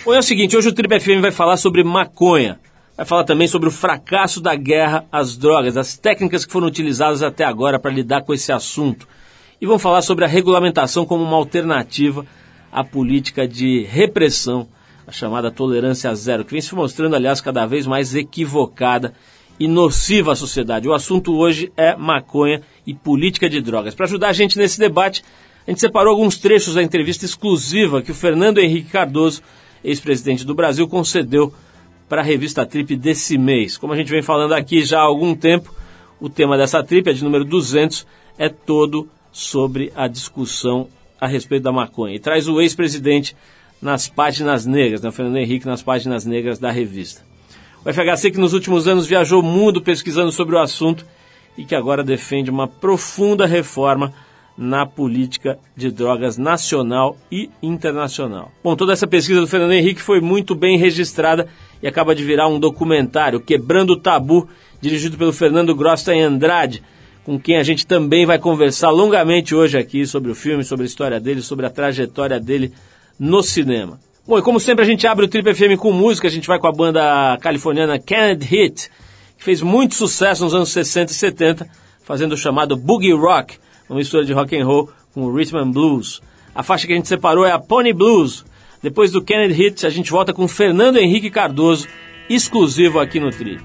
Bom, é o seguinte, hoje o Trip FM vai falar sobre maconha. Vai falar também sobre o fracasso da guerra às drogas, as técnicas que foram utilizadas até agora para lidar com esse assunto. E vamos falar sobre a regulamentação como uma alternativa à política de repressão, a chamada tolerância zero, que vem se mostrando, aliás, cada vez mais equivocada e nociva à sociedade. O assunto hoje é maconha e política de drogas. Para ajudar a gente nesse debate, a gente separou alguns trechos da entrevista exclusiva que o Fernando Henrique Cardoso, ex-presidente do Brasil, concedeu para a revista Trip desse mês. Como a gente vem falando aqui já há algum tempo, o tema dessa Trip, é de número 200, é todo sobre a discussão a respeito da maconha. E traz o ex-presidente nas páginas negras, né? O Fernando Henrique nas páginas negras da revista. O FHC, que nos últimos anos viajou o mundo pesquisando sobre o assunto e que agora defende uma profunda reforma na política de drogas nacional e internacional. Bom, toda essa pesquisa do Fernando Henrique foi muito bem registrada e acaba de virar um documentário, Quebrando o Tabu, dirigido pelo Fernando Grosten Andrade, com quem a gente também vai conversar longamente hoje aqui sobre o filme, sobre a história dele, sobre a trajetória dele no cinema. Bom, e como sempre a gente abre o Trip FM com música, a gente vai com a banda californiana Canned Heat, que fez muito sucesso nos anos 60 e 70, fazendo o chamado Boogie Rock, uma mistura de rock and roll com o Rhythm and Blues. A faixa que a gente separou é a Pony Blues. Depois do Canned Heat, a gente volta com Fernando Henrique Cardoso, exclusivo aqui no Trip.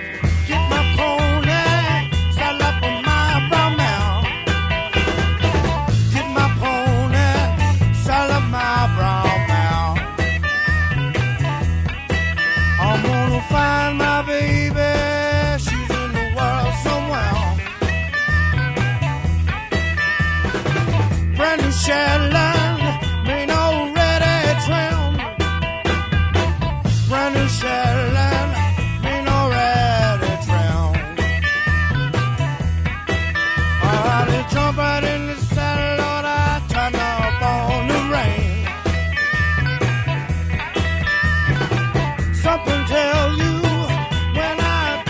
Shetland, ain't already trimmed. Brand new Shetland, ain't already trimmed. I had to jump right in the saddle, Lord, I turn up on the rain. Something tell you when I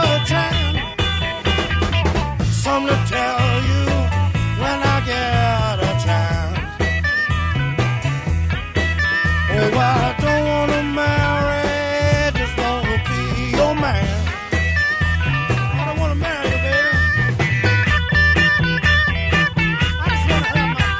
get the chance. Something tell you when I get a chance. Oh, I don't wanna marry, just wanna be your man. I don't wanna marry you, baby. I just wanna have my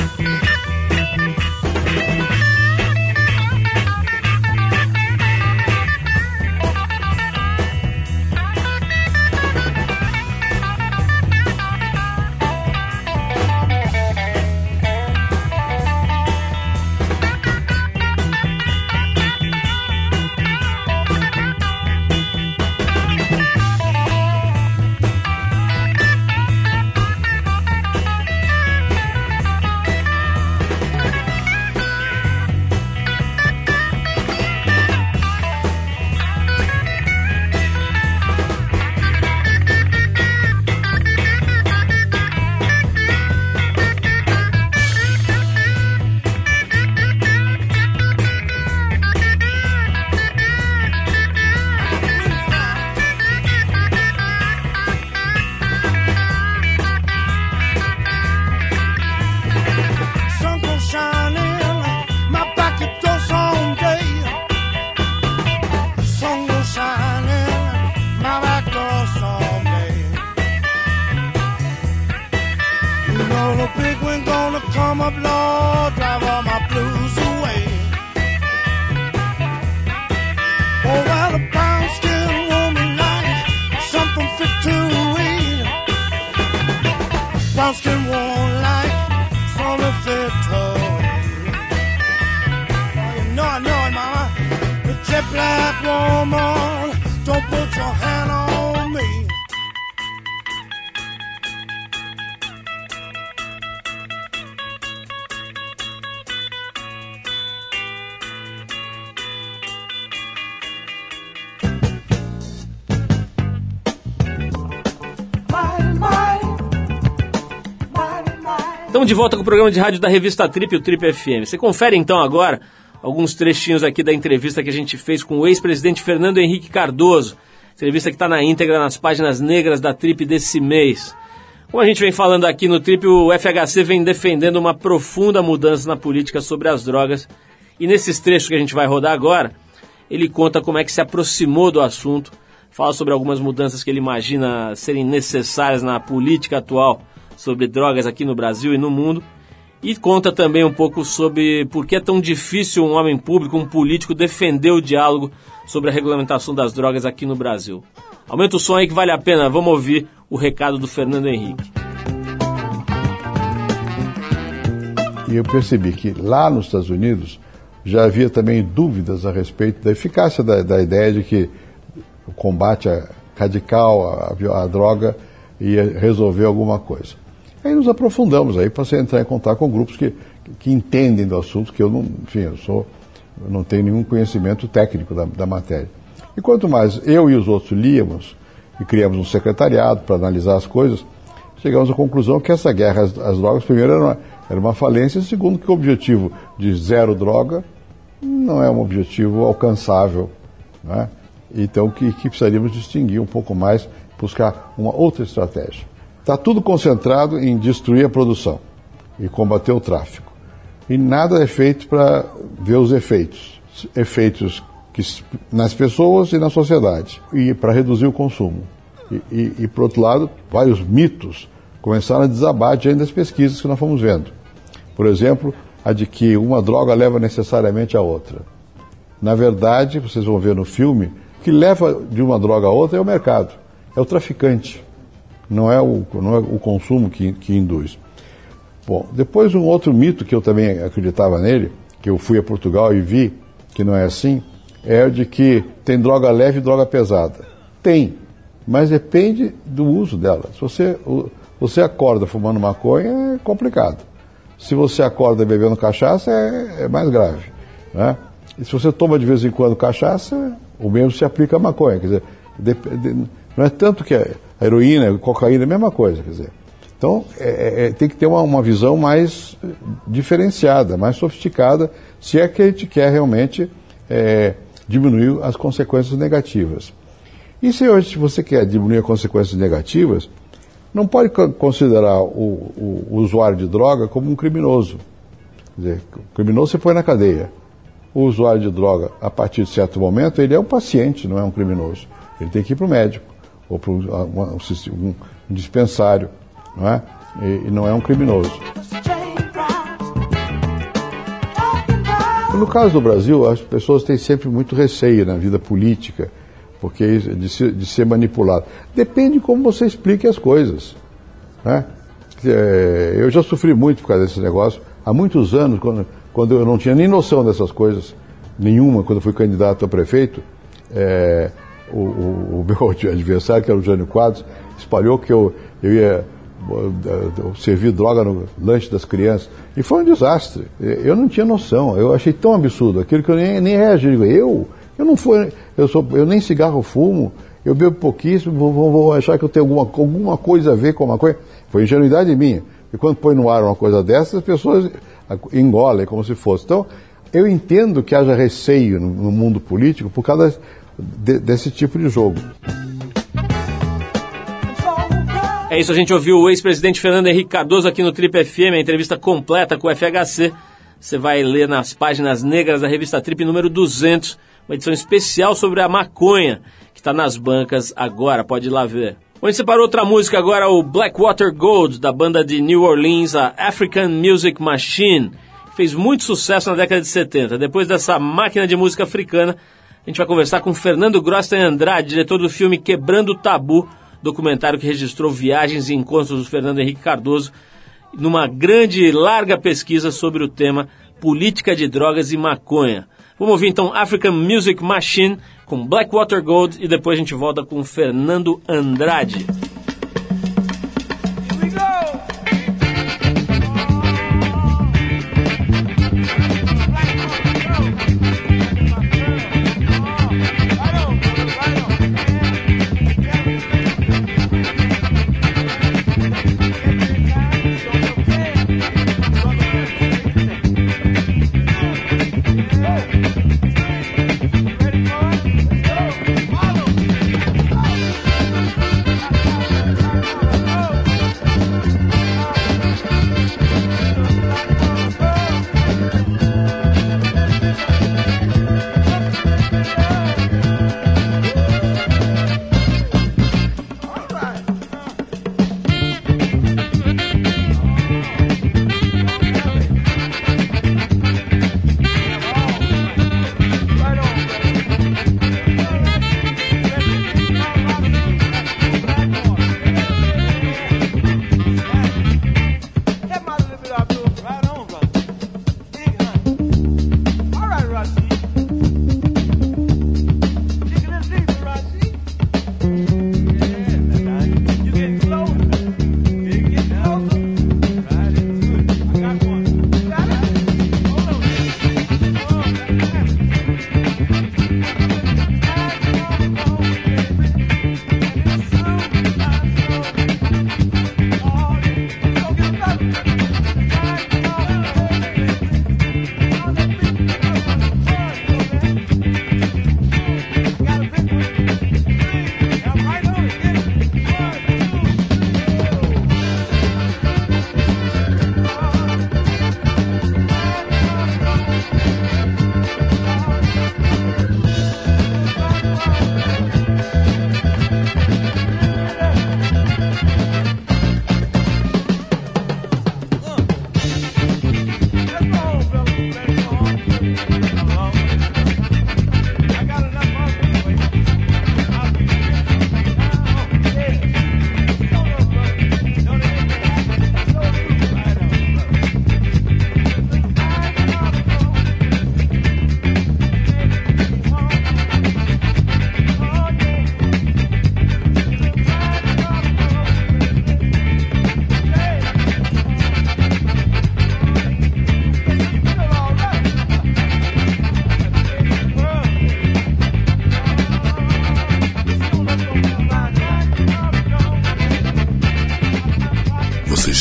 Estamos de volta com o programa de rádio da revista Trip, o Trip FM. Você confere então agora alguns trechinhos aqui da entrevista que a gente fez com o ex-presidente Fernando Henrique Cardoso. Entrevista que está na íntegra nas páginas negras da Trip desse mês. Como a gente vem falando aqui no Trip, o FHC vem defendendo uma profunda mudança na política sobre as drogas E nesses trechos que a gente vai rodar agora, ele conta como é que se aproximou do assunto, fala sobre algumas mudanças que ele imagina serem necessárias na política atual sobre drogas aqui no Brasil e no mundo, e conta também um pouco sobre por que é tão difícil um homem público, um político, defender o diálogo sobre a regulamentação das drogas aqui no Brasil. Aumenta o som aí que vale a pena, vamos ouvir o recado do Fernando Henrique. E eu percebi que lá nos Estados Unidos já havia também dúvidas a respeito da eficácia da ideia de que o combate radical à droga ia resolver alguma coisa. Aí nos aprofundamos, aí passei a entrar em contato com grupos que entendem do assunto, que eu não, enfim, eu não tenho nenhum conhecimento técnico da matéria. E quanto mais eu e os outros líamos e criamos um secretariado para analisar as coisas, chegamos à conclusão que essa guerra às drogas, primeiro, era uma falência, e segundo, que o objetivo de zero droga não é um objetivo alcançável, né? Então que precisaríamos distinguir um pouco mais, buscar uma outra estratégia. Está tudo concentrado em destruir a produção e combater o tráfico. E nada é feito para ver os efeitos nas pessoas e na sociedade, e para reduzir o consumo. E, por outro lado, vários mitos começaram a desabar diante das pesquisas que nós fomos vendo. Por exemplo, a de que uma droga leva necessariamente a outra. Na verdade, vocês vão ver no filme, o que leva de uma droga a outra é o mercado, é o traficante, não é o consumo que induz. Bom, depois um outro mito que eu também acreditava nele, que eu fui a Portugal e vi que não é assim, é o de que tem droga leve e droga pesada. Tem, mas depende do uso dela. Se você acorda fumando maconha, é complicado. Se você acorda bebendo cachaça, é mais grave, né? E se você toma de vez em quando cachaça, o mesmo se aplica à maconha. Quer dizer, não é tanto que a heroína, a cocaína é a mesma coisa. Quer dizer. Então, tem que ter uma visão mais diferenciada, mais sofisticada, se é que a gente quer realmente diminuir as consequências negativas. E se hoje você quer diminuir as consequências negativas, não pode considerar o usuário de droga como um criminoso. Quer dizer, o criminoso você põe na cadeia. O usuário de droga, a partir de certo momento, ele é um paciente, não é um criminoso. Ele tem que ir para o médico, ou para um dispensário, não é? E não é um criminoso. No caso do Brasil, as pessoas têm sempre muito receio na vida política, porque de ser manipulado. Depende de como você explique as coisas, né? Eu já sofri muito por causa desse negócio. Há muitos anos, quando eu não tinha nem noção dessas coisas, nenhuma, quando eu fui candidato a prefeito, o meu adversário, que era o Jânio Quadros, espalhou que eu ia servir droga no lanche das crianças. E foi um desastre. Eu não tinha noção. Eu achei tão absurdo aquilo que eu nem reagi. Eu nem cigarro fumo, eu bebo pouquíssimo, vou achar que eu tenho alguma coisa a ver com uma coisa. Foi ingenuidade minha. E quando põe no ar uma coisa dessas, as pessoas engolem como se fosse. Então, eu entendo que haja receio no mundo político por causa desse tipo de jogo. É isso, a gente ouviu o ex-presidente Fernando Henrique Cardoso aqui no Trip FM, a entrevista completa com o FHC. Você vai ler nas páginas negras da revista Trip número 200, uma edição especial sobre a maconha, que está nas bancas agora, pode ir lá ver. Bom, a gente separou outra música agora, o Blackwater Gold, da banda de New Orleans, a African Music Machine, que fez muito sucesso na década de 70. Depois dessa máquina de música africana, a gente vai conversar com Fernando Grosten Andrade, diretor do filme Quebrando o Tabu, documentário que registrou viagens e encontros do Fernando Henrique Cardoso, numa grande e larga pesquisa sobre o tema política de drogas e maconha. Vamos ouvir então African Music Machine com Blackwater Gold e depois a gente volta com Fernando Andrade.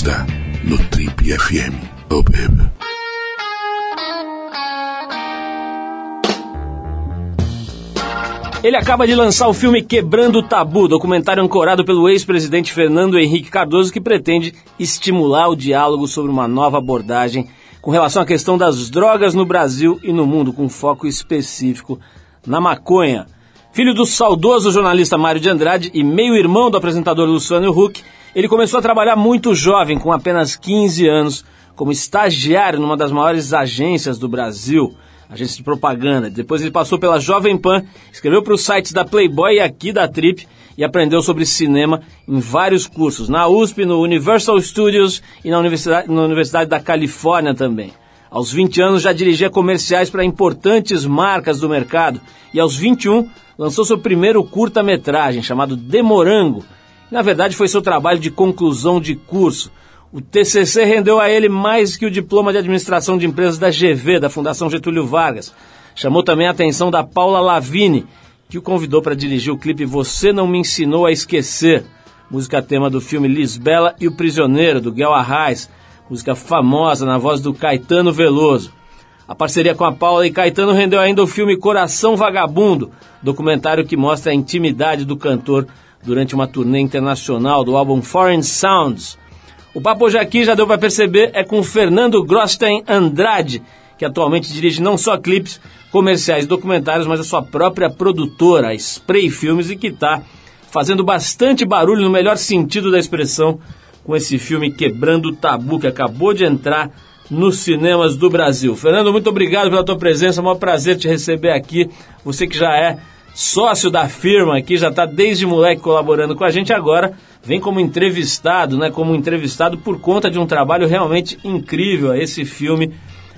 está no Trip FM. Oh, baby. Ele acaba de lançar o filme Quebrando o Tabu, documentário ancorado pelo ex-presidente Fernando Henrique Cardoso, que pretende estimular o diálogo sobre uma nova abordagem com relação à questão das drogas no Brasil e no mundo, com foco específico na maconha. Filho do saudoso jornalista Mário de Andrade e meio-irmão do apresentador Luciano Huck, ele começou a trabalhar muito jovem, com apenas 15 anos, como estagiário numa das maiores agências do Brasil, agência de propaganda. Depois ele passou pela Jovem Pan, escreveu para os sites da Playboy e aqui da Trip e aprendeu sobre cinema em vários cursos, na USP, no Universal Studios e na Universidade da Califórnia também. Aos 20 anos já dirigia comerciais para importantes marcas do mercado e aos 21 lançou seu primeiro curta-metragem chamado Demorango. Na verdade foi seu trabalho de conclusão de curso. O TCC rendeu a ele mais que o diploma de administração de empresas da GV, da Fundação Getúlio Vargas. Chamou também a atenção da Paula Lavigne, que o convidou para dirigir o clipe Você Não Me Ensinou a Esquecer, música tema do filme Lisbela e o Prisioneiro, do Guel Arraes, música famosa na voz do Caetano Veloso. A parceria com a Paula e Caetano rendeu ainda o filme Coração Vagabundo, documentário que mostra a intimidade do cantor durante uma turnê internacional do álbum Foreign Sounds. O papo hoje aqui, já deu para perceber, é com Fernando Grosten Andrade, que atualmente dirige não só clipes, comerciais e documentários, mas a sua própria produtora, a Spray Filmes, e que está fazendo bastante barulho no melhor sentido da expressão com esse filme Quebrando o Tabu, que acabou de entrar nos cinemas do Brasil. Fernando, muito obrigado pela tua presença, é um maior prazer te receber aqui. Você que já é sócio da firma aqui, já está desde moleque colaborando com a gente, agora vem como entrevistado, né? Como entrevistado por conta de um trabalho realmente incrível, esse filme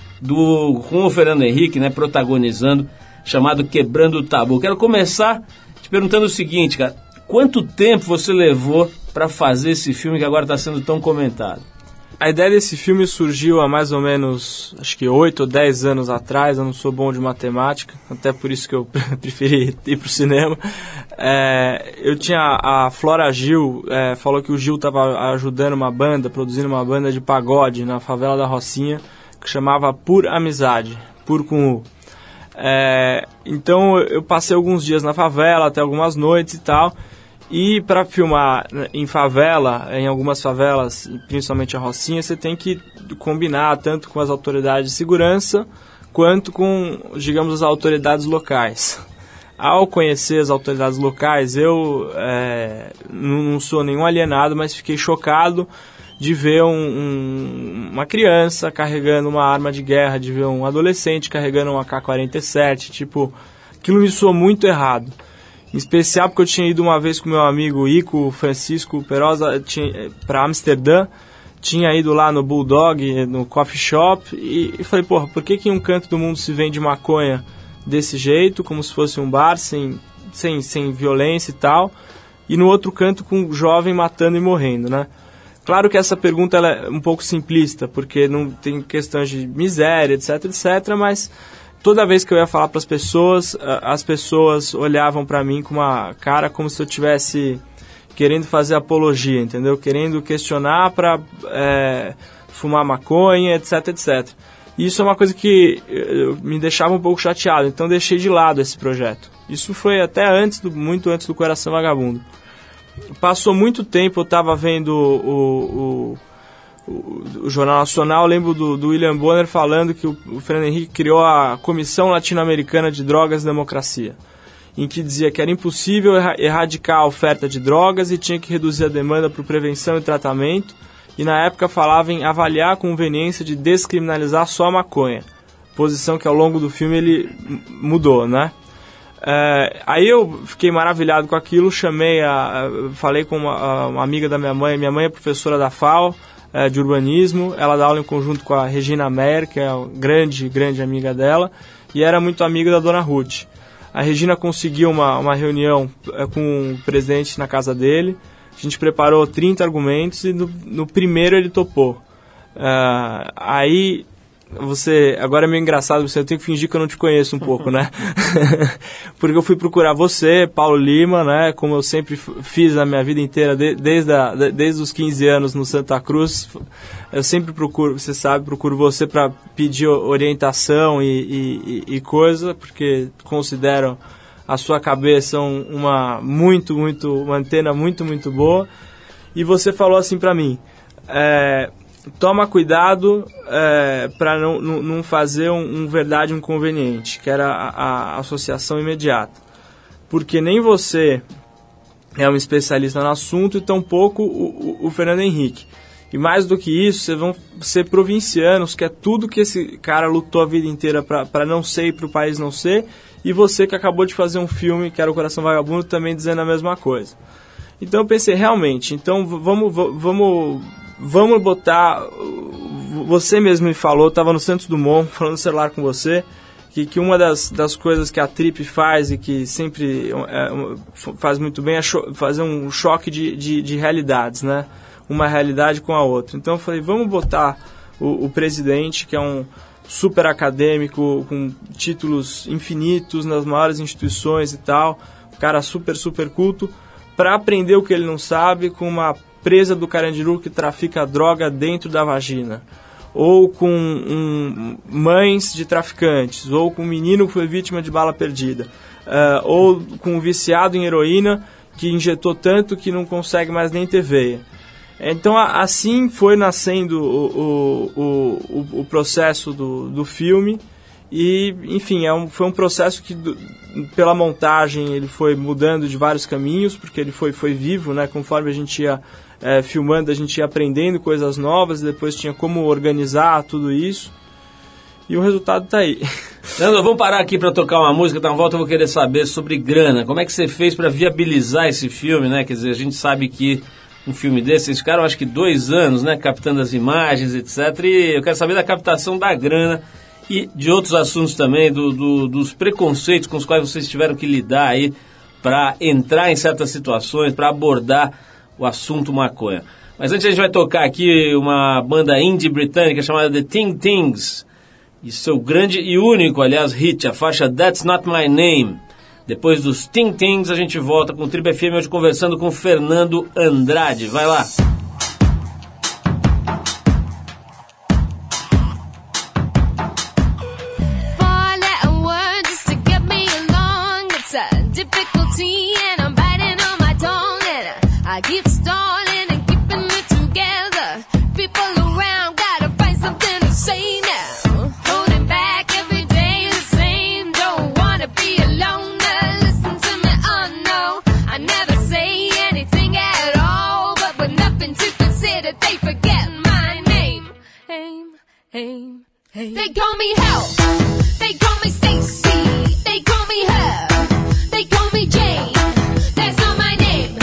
com o Fernando Henrique, né? Protagonizando, chamado Quebrando o Tabu. Quero começar te perguntando o seguinte, cara, quanto tempo você levou para fazer esse filme que agora está sendo tão comentado? A ideia desse filme surgiu há mais ou menos, acho que 8 ou 10 anos atrás. Eu não sou bom de matemática, até por isso que eu preferi ir pro cinema. Eu tinha a Flora Gil, falou que o Gil estava ajudando uma banda, produzindo uma banda de pagode na favela da Rocinha, que chamava Por Amizade, Por com U. Então eu passei alguns dias na favela, até algumas noites e tal. E para filmar em favela, em algumas favelas, principalmente a Rocinha, você tem que combinar tanto com as autoridades de segurança quanto com, digamos, as autoridades locais. Ao conhecer as autoridades locais, eu não sou nenhum alienado, mas fiquei chocado de ver uma criança carregando uma arma de guerra, de ver um adolescente carregando um AK-47, tipo, aquilo me soou muito errado. Em especial porque eu tinha ido uma vez com meu amigo Ico Francisco Perosa para Amsterdã, tinha ido lá no Bulldog, no coffee shop, e falei, porra, por que em um canto do mundo se vende maconha desse jeito, como se fosse um bar, sem violência e tal, e no outro canto com um jovem matando e morrendo, né? Claro que essa pergunta ela é um pouco simplista, porque não tem questões de miséria, etc, mas toda vez que eu ia falar para as pessoas olhavam para mim com uma cara como se eu estivesse querendo fazer apologia, entendeu? Querendo questionar para fumar maconha, etc. E isso é uma coisa que me deixava um pouco chateado, então deixei de lado esse projeto. Isso foi até muito antes do Coração Vagabundo. Passou muito tempo, eu estava vendo o Jornal Nacional, eu lembro do William Bonner falando que o Fernando Henrique criou a Comissão Latino-Americana de Drogas e Democracia, em que dizia que era impossível erradicar a oferta de drogas e tinha que reduzir a demanda por prevenção e tratamento, e na época falava em avaliar a conveniência de descriminalizar só a maconha, posição que ao longo do filme ele mudou, né? Aí eu fiquei maravilhado com aquilo, falei com uma amiga da minha mãe é professora da FAO, de urbanismo, ela dá aula em conjunto com a Regina Meyer, que é a grande amiga dela, e era muito amiga da Dona Ruth. A Regina conseguiu uma reunião com o presidente na casa dele, a gente preparou 30 argumentos e no primeiro ele topou. Aí você... Agora é meio engraçado, eu tenho que fingir que eu não te conheço um pouco, né? Porque eu fui procurar você, Paulo Lima, né? Como eu sempre fiz na minha vida inteira, desde os 15 anos no Santa Cruz. Eu sempre procuro, você sabe, procuro você para pedir orientação e coisa, porque considero a sua cabeça uma antena muito boa. E você falou assim para mim, toma cuidado para não fazer um verdade inconveniente, que era a associação imediata. Porque nem você é um especialista no assunto e tampouco o Fernando Henrique. E mais do que isso, vocês vão ser provincianos, que é tudo que esse cara lutou a vida inteira para não ser e para o país não ser. E você que acabou de fazer um filme, que era O Coração Vagabundo, também dizendo a mesma coisa. Então eu pensei, realmente, então vamos botar... Você mesmo me falou, estava no Santos Dumont, falando no celular com você, que uma das coisas que a Trip faz e que sempre faz muito bem é fazer um choque de realidades, né? Uma realidade com a outra. Então eu falei, vamos botar o presidente, que é um super acadêmico, com títulos infinitos nas maiores instituições e tal, um cara super culto, para aprender o que ele não sabe com uma presa do Carandiru que trafica droga dentro da vagina, ou com mães de traficantes, ou com um menino que foi vítima de bala perdida, ou com um viciado em heroína que injetou tanto que não consegue mais nem ter veia. Então assim foi nascendo o processo do filme. E, enfim, foi um processo que, pela montagem, ele foi mudando de vários caminhos, porque ele foi vivo, né? Conforme a gente ia filmando, a gente ia aprendendo coisas novas, e depois tinha como organizar tudo isso. E o resultado tá aí. Leandro, vamos parar aqui para tocar uma música, na volta eu vou querer saber sobre grana. Como é que você fez para viabilizar esse filme, né? Quer dizer, a gente sabe que um filme desse, vocês ficaram acho que 2 anos, né? Captando as imagens, etc. E eu quero saber da captação da grana e de outros assuntos também, dos preconceitos com os quais vocês tiveram que lidar aí para entrar em certas situações, para abordar o assunto maconha. Mas antes a gente vai tocar aqui uma banda indie britânica chamada The Ting Tings, e seu grande e único, aliás, hit, a faixa That's Not My Name. Depois dos Ting Tings a gente volta com o Trip FM hoje conversando com Fernando Andrade. Vai lá! I keep stalling and keeping it together. People around gotta find something to say now. Holding back every day the same. Don't wanna be alone. Listen to me, oh no. I never say anything at all. But with nothing to consider, they forget my name. They call me Hell. They call me Stacy. They call me Her. They call me Jane. That's not my name.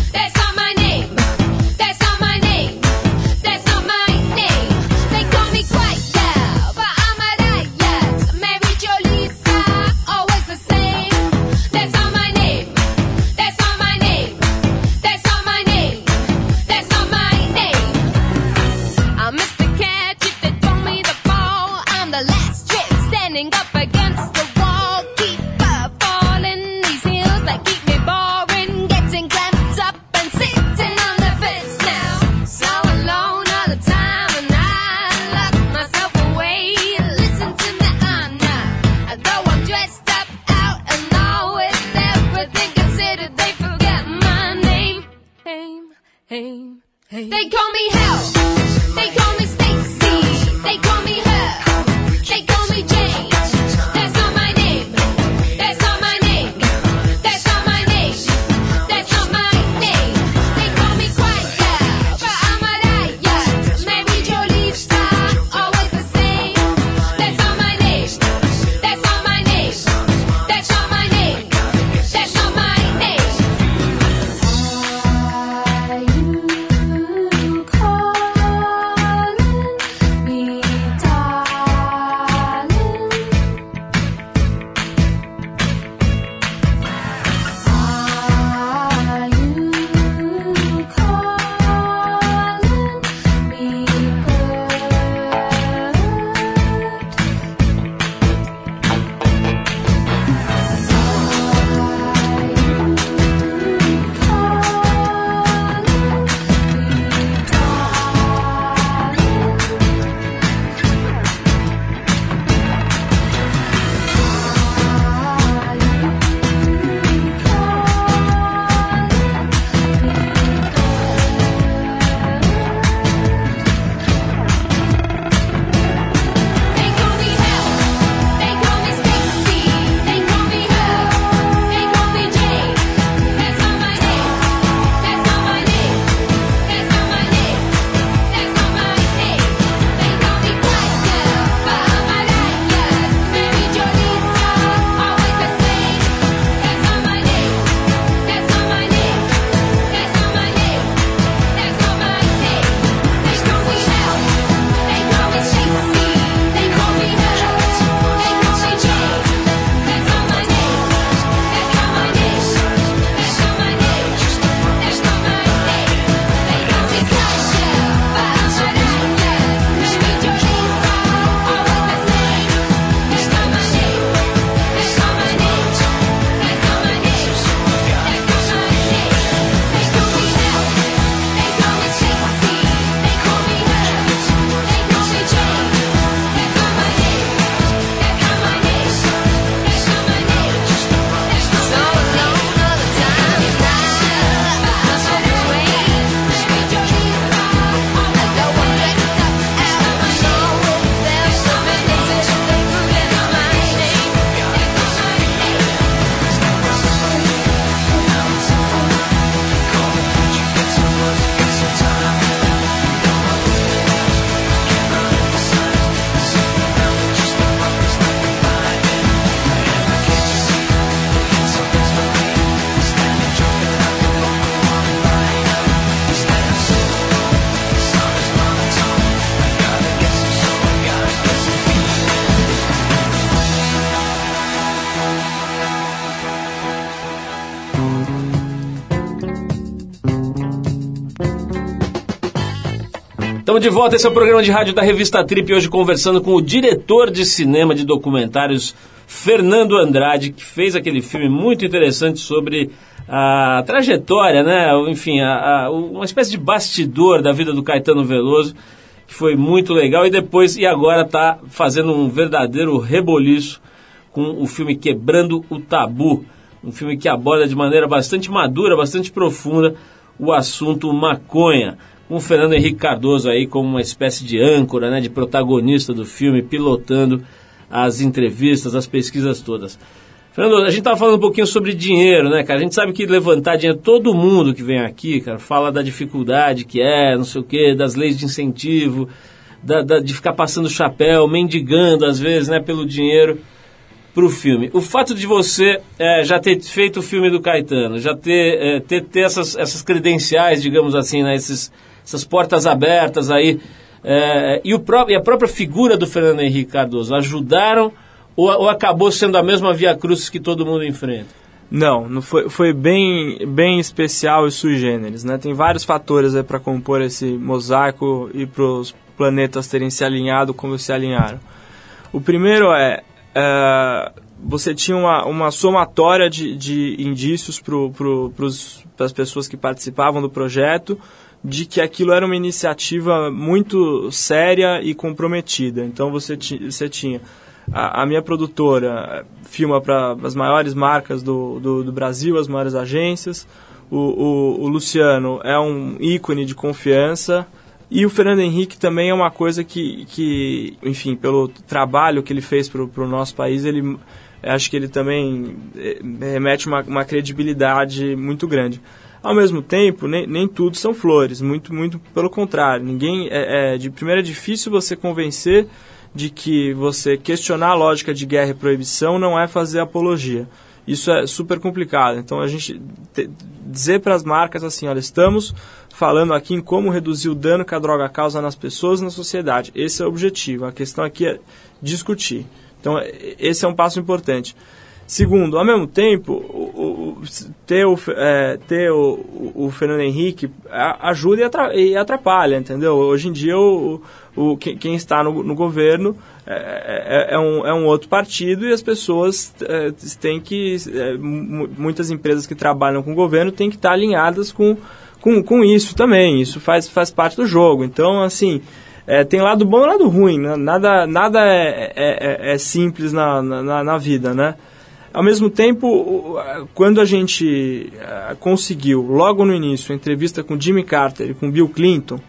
Up against the wall, keep falling. These heels that keep me boring, getting clamped up and sitting on the fence now. So alone all the time, and I lock myself away. Listen to me, I'm not. Though I'm dressed up out and all with everything considered, they forget my name. They call me Hell. They call me Stacy. They call me Her. They call me Jane. That's not my name. That's not my name. That's not my name. That's not my name. They call me Quiet Girl, but I'm a riot. Mary Jo Lisa, always the same. That's not my name. That's not my name. That's not my name. That's not my name. Are you calling me darling? Estamos de volta, esse é o programa de rádio da Revista Trip, hoje conversando com o diretor de cinema de documentários, Fernando Andrade, que fez aquele filme muito interessante sobre a trajetória, né? Enfim, uma espécie de bastidor da vida do Caetano Veloso, que foi muito legal, e agora está fazendo um verdadeiro reboliço com o filme Quebrando o Tabu, um filme que aborda de maneira bastante madura, bastante profunda, o assunto maconha, com o Fernando Henrique Cardoso aí como uma espécie de âncora, né, de protagonista do filme, pilotando as entrevistas, as pesquisas todas. Fernando, a gente estava falando um pouquinho sobre dinheiro, né, cara? A gente sabe que levantar dinheiro, todo mundo que vem aqui, cara, fala da dificuldade que não sei o quê, das leis de incentivo, de ficar passando chapéu, mendigando às vezes, né, pelo dinheiro pro filme. O fato de você já ter feito o filme do Caetano, já ter essas credenciais, digamos assim, né, essas portas abertas aí, e a própria figura do Fernando Henrique Cardoso ajudaram ou acabou sendo a mesma via-crucis que todo mundo enfrenta? Não foi bem especial e sui generis, né? Tem vários fatores aí para compor esse mosaico e para os planetas terem se alinhado como se alinharam. O primeiro você tinha uma somatória de indícios para as pessoas que participavam do projeto de que aquilo era uma iniciativa muito séria e comprometida. Então você tinha a minha produtora filma para as maiores marcas do Brasil, as maiores agências, o Luciano é um ícone de confiança, e o Fernando Henrique também é uma coisa que enfim, pelo trabalho que ele fez para o nosso país, acho que ele também remete uma credibilidade muito grande. Ao mesmo tempo, nem tudo são flores, muito, muito pelo contrário. Primeiro é difícil você convencer de que você questionar a lógica de guerra e proibição não é fazer apologia. Isso é super complicado. Então, a gente dizer para as marcas assim, olha, estamos falando aqui em como reduzir o dano que a droga causa nas pessoas e na sociedade. Esse é o objetivo. A questão aqui é discutir. Então, esse é um passo importante. Segundo, ao mesmo tempo, ter o Fernando Henrique ajuda e atrapalha, entendeu? Hoje em dia, quem está no governo é um outro partido, e as pessoas têm que... muitas empresas que trabalham com o governo têm que estar alinhadas com isso também. Isso faz parte do jogo. Então, assim... tem lado bom e lado ruim, né? Nada é simples na vida, né? Ao mesmo tempo, quando a gente conseguiu, logo no início, a entrevista com Jimmy Carter e com Bill Clinton,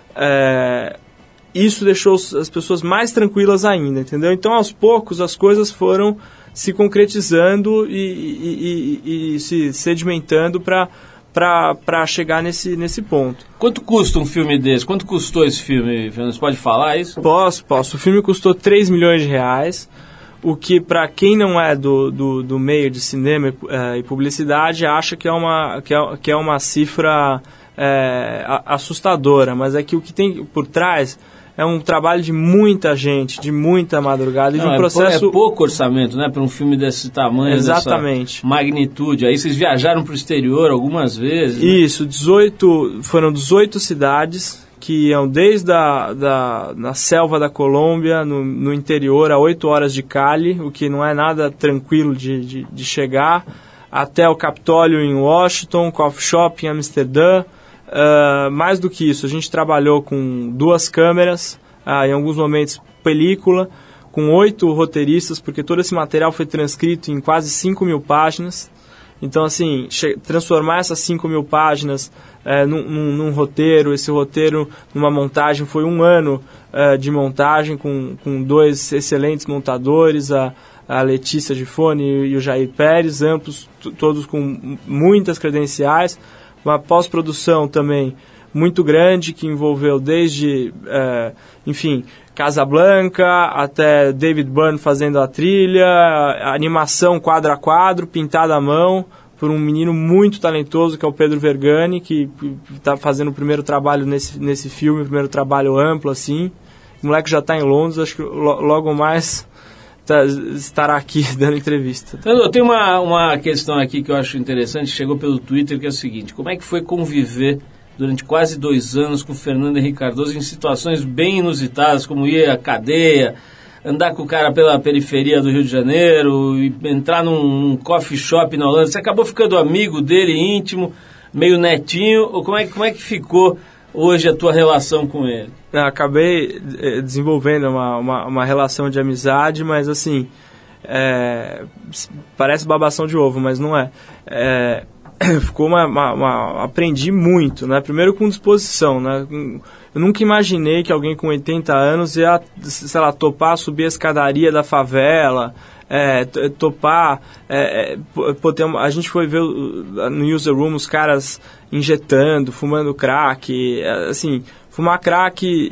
isso deixou as pessoas mais tranquilas ainda, entendeu? Então, aos poucos, as coisas foram se concretizando e se sedimentando para chegar nesse ponto. Quanto custa um filme desse? Quanto custou esse filme, Fernando? Você pode falar isso? Posso. O filme custou R$3 milhões, o que, para quem não é do meio de cinema e publicidade, acha que é uma cifra assustadora, mas é que o que tem por trás é um trabalho de muita gente, de muita madrugada, e de um processo... É pouco orçamento, né, para um filme desse tamanho, exatamente, dessa magnitude. Aí vocês viajaram para o exterior algumas vezes, né? Isso, foram 18 cidades que iam desde na selva da Colômbia, no interior, a 8 horas de Cali, o que não é nada tranquilo de chegar, até o Capitólio em Washington, Coffee Shop em Amsterdã. Mais do que isso, a gente trabalhou com 2 câmeras, em alguns momentos película, com 8 roteiristas, porque todo esse material foi transcrito em quase 5.000 páginas. Então, assim, transformar essas 5.000 páginas num roteiro, esse roteiro numa montagem, foi 1 ano de montagem com 2 excelentes montadores, a Letícia Gifone e o Jair Pérez, ambos todos com muitas credenciais. Uma pós-produção também muito grande, que envolveu desde, Casablanca, até David Byrne fazendo a trilha, a animação quadro a quadro, pintada à mão, por um menino muito talentoso, que é o Pedro Vergani, que está fazendo o primeiro trabalho nesse filme, o primeiro trabalho amplo, assim. O moleque já está em Londres, acho que logo mais estará aqui dando entrevista. Então, tem uma questão aqui que eu acho interessante, chegou pelo Twitter, que é o seguinte: como é que foi conviver durante quase 2 anos com o Fernando Henrique Cardoso em situações bem inusitadas, como ir à cadeia, andar com o cara pela periferia do Rio de Janeiro, e entrar num coffee shop na Holanda. Você acabou ficando amigo dele, íntimo, meio netinho, ou como é que ficou hoje a tua relação com ele? Eu acabei desenvolvendo uma relação de amizade, mas assim, parece babação de ovo, mas não é. Ficou aprendi muito, né? Primeiro com disposição, né? Eu nunca imaginei que alguém com 80 anos ia, sei lá, topar subir a escadaria da favela, topar... a gente foi ver no User Room os caras injetando, fumando crack, assim, fumar crack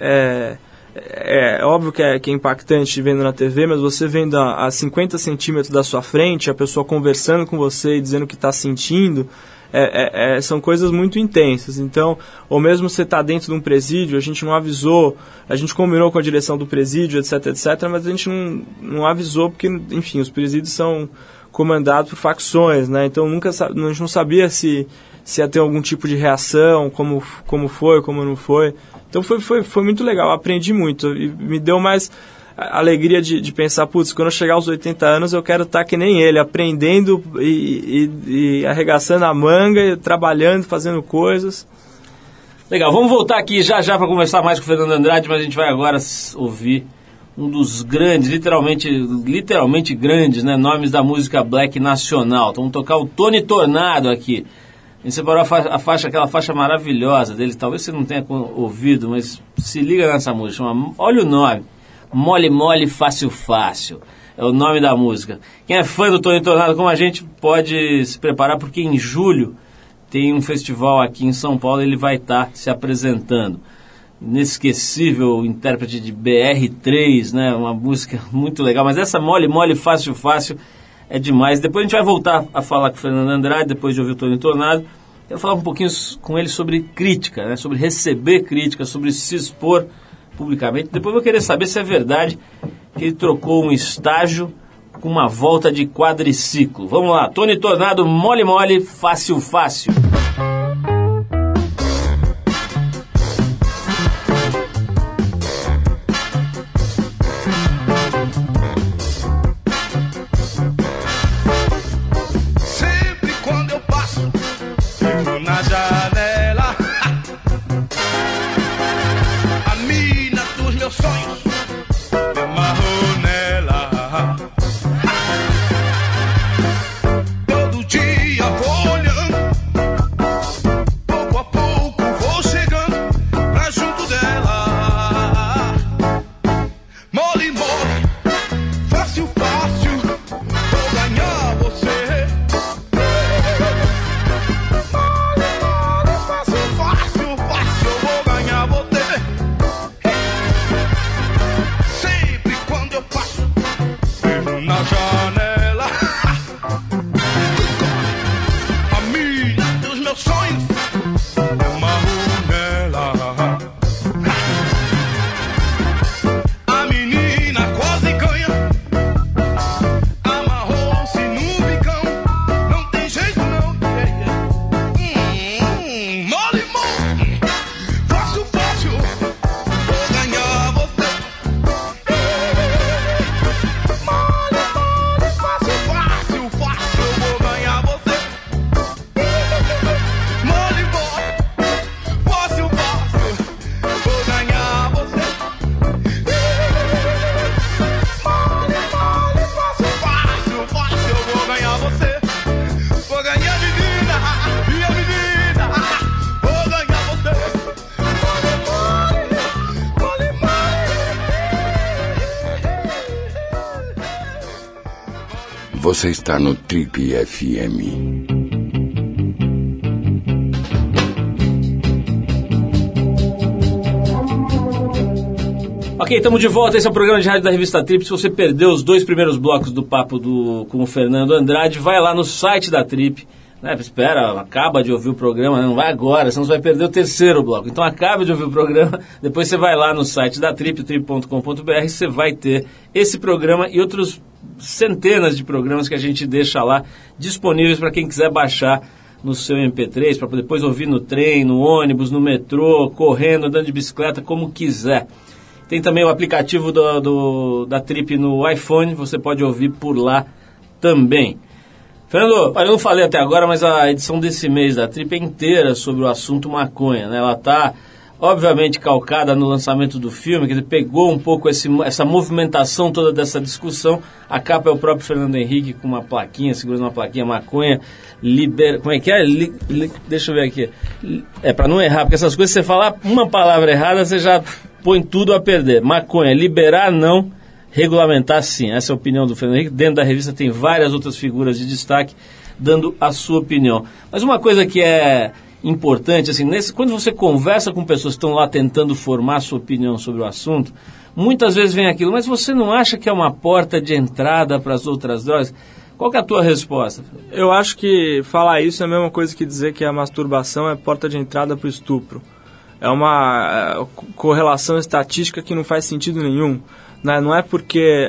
é óbvio que é impactante vendo na TV, mas você vendo a 50 centímetros da sua frente, a pessoa conversando com você e dizendo o que está sentindo, são coisas muito intensas. Então, ou mesmo você está dentro de um presídio, a gente não avisou, a gente combinou com a direção do presídio, etc, mas a gente não avisou porque, enfim, os presídios são comandados por facções, né? Então a gente não sabia se ia ter algum tipo de reação, como foi, como não foi. Então foi muito legal, aprendi muito e me deu mais alegria de pensar, putz, quando eu chegar aos 80 anos eu quero estar que nem ele, aprendendo e arregaçando a manga, trabalhando, fazendo coisas. Legal, vamos voltar aqui já para conversar mais com o Fernando Andrade, mas a gente vai agora ouvir um dos grandes, literalmente grandes, né, nomes da música black nacional. Então vamos tocar o Tony Tornado aqui. A gente separou aquela faixa maravilhosa dele, talvez você não tenha ouvido, mas se liga nessa música, olha o nome, Mole Mole Fácil Fácil, é o nome da música. Quem é fã do Tony Tornado como a gente pode se preparar, porque em julho tem um festival aqui em São Paulo, ele vai estar se apresentando. Inesquecível intérprete de BR3, né, uma música muito legal, mas essa Mole Mole Fácil Fácil é demais. Depois a gente vai voltar a falar com o Fernando Andrade, depois de ouvir o Tony Tornado. Quero falar um pouquinho com ele sobre crítica, né? Sobre receber crítica, sobre se expor publicamente. Depois eu vou querer saber se é verdade que ele trocou um estágio com uma volta de quadriciclo. Vamos lá, Tony Tornado, Mole Mole, Fácil Fácil. Você está no Trip FM. Ok, estamos de volta, esse é o programa de rádio da revista Trip. Se você perdeu os 2 primeiros blocos do papo com o Fernando Andrade, vai lá no site da Trip, né? Espera, acaba de ouvir o programa, não vai agora, senão você vai perder o 3º bloco. Então acaba de ouvir o programa, depois você vai lá no site da Trip, trip.com.br, você vai ter esse programa e outros centenas de programas que a gente deixa lá disponíveis para quem quiser baixar no seu MP3 para depois ouvir no trem, no ônibus, no metrô, correndo, andando de bicicleta, como quiser. Tem também o aplicativo da Trip no iPhone, você pode ouvir por lá também. Fernando, eu não falei até agora, mas a edição desse mês da Trip é inteira sobre o assunto maconha, né? Ela está, obviamente, calcada no lançamento do filme, que ele pegou um pouco essa movimentação toda dessa discussão. A capa é o próprio Fernando Henrique com uma plaquinha, segurando uma plaquinha, maconha, como é que é? Deixa eu ver aqui. É para não errar, porque essas coisas, você falar uma palavra errada, você já põe tudo a perder. Maconha, liberar não, regulamentar sim. Essa é a opinião do Fernando Henrique. Dentro da revista tem várias outras figuras de destaque dando a sua opinião. Mas uma coisa que é importante, assim, quando você conversa com pessoas que estão lá tentando formar sua opinião sobre o assunto, muitas vezes vem aquilo, mas você não acha que é uma porta de entrada para as outras drogas? Qual que é a tua resposta? Eu acho que falar isso é a mesma coisa que dizer que a masturbação é porta de entrada para o estupro. É uma correlação estatística que não faz sentido nenhum. Né? Não é porque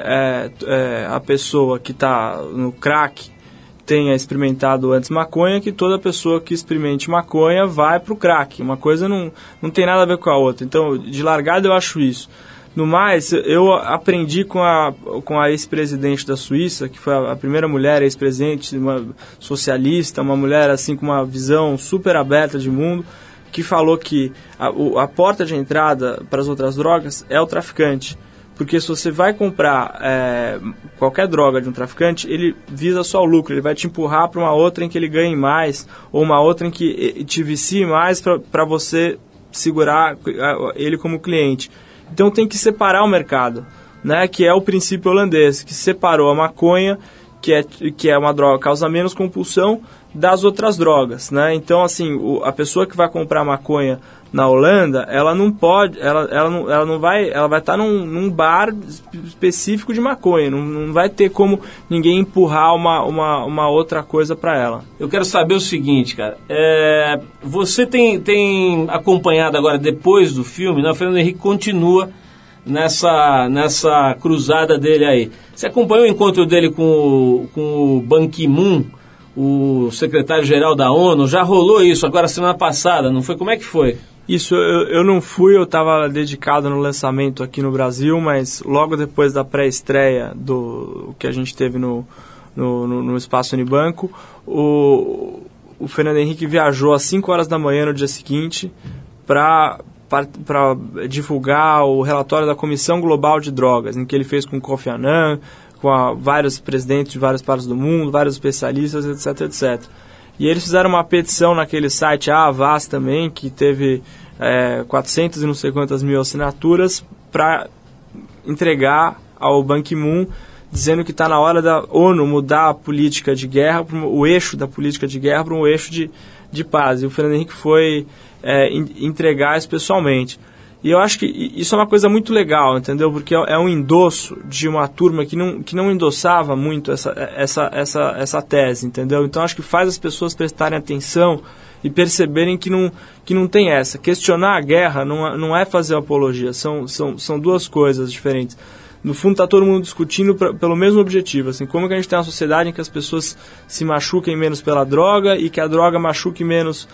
a pessoa que está no crack tenha experimentado antes maconha que toda pessoa que experimente maconha vai para o crack. Uma coisa não tem nada a ver com a outra. Então, de largada eu acho isso. No mais, eu aprendi com a ex-presidente da Suíça, que foi a primeira mulher ex-presidente, uma socialista, uma mulher assim com uma visão super aberta de mundo, que falou que a porta de entrada para as outras drogas é o traficante. Porque se você vai comprar qualquer droga de um traficante, ele visa só o lucro, ele vai te empurrar para uma outra em que ele ganhe mais, ou uma outra em que te vicie mais para você segurar ele como cliente. Então tem que separar o mercado, né, que é o princípio holandês, que separou a maconha, que é uma droga que causa menos compulsão, das outras drogas, né? Então, assim, a pessoa que vai comprar maconha na Holanda, ela não pode, ela vai estar num bar específico de maconha, não vai ter como ninguém empurrar uma outra coisa para ela. Eu quero saber o seguinte, cara, você tem acompanhado agora, depois do filme, né? O Fernando Henrique continua nessa cruzada dele aí. Você acompanhou o encontro dele com o Ban Ki-moon, o secretário-geral da ONU? Já rolou isso agora semana passada, não foi? Como é que foi? Isso, eu não fui, eu estava dedicado no lançamento aqui no Brasil, mas logo depois da pré-estreia do que a gente teve no Espaço Unibanco, o Fernando Henrique viajou às 5 horas da manhã no dia seguinte para divulgar o relatório da Comissão Global de Drogas, em que ele fez com o Kofi Annan, com vários presidentes de várias partes do mundo, vários especialistas, etc, etc. E eles fizeram uma petição naquele site, a Avaz também, que teve 400 e não sei quantas mil assinaturas, para entregar ao Ban Ki-moon, dizendo que está na hora da ONU mudar a política de guerra, o eixo da política de guerra para um eixo de paz. E o Fernando Henrique foi entregar isso pessoalmente. E eu acho que isso é uma coisa muito legal, entendeu? Porque é um endosso de uma turma que não endossava muito essa tese, entendeu? Então acho que faz as pessoas prestarem atenção e perceberem que não tem essa. Questionar a guerra não é fazer apologia, são duas coisas diferentes. No fundo está todo mundo discutindo pelo mesmo objetivo, assim, como que a gente tem uma sociedade em que as pessoas se machuquem menos pela droga e que a droga machuque menos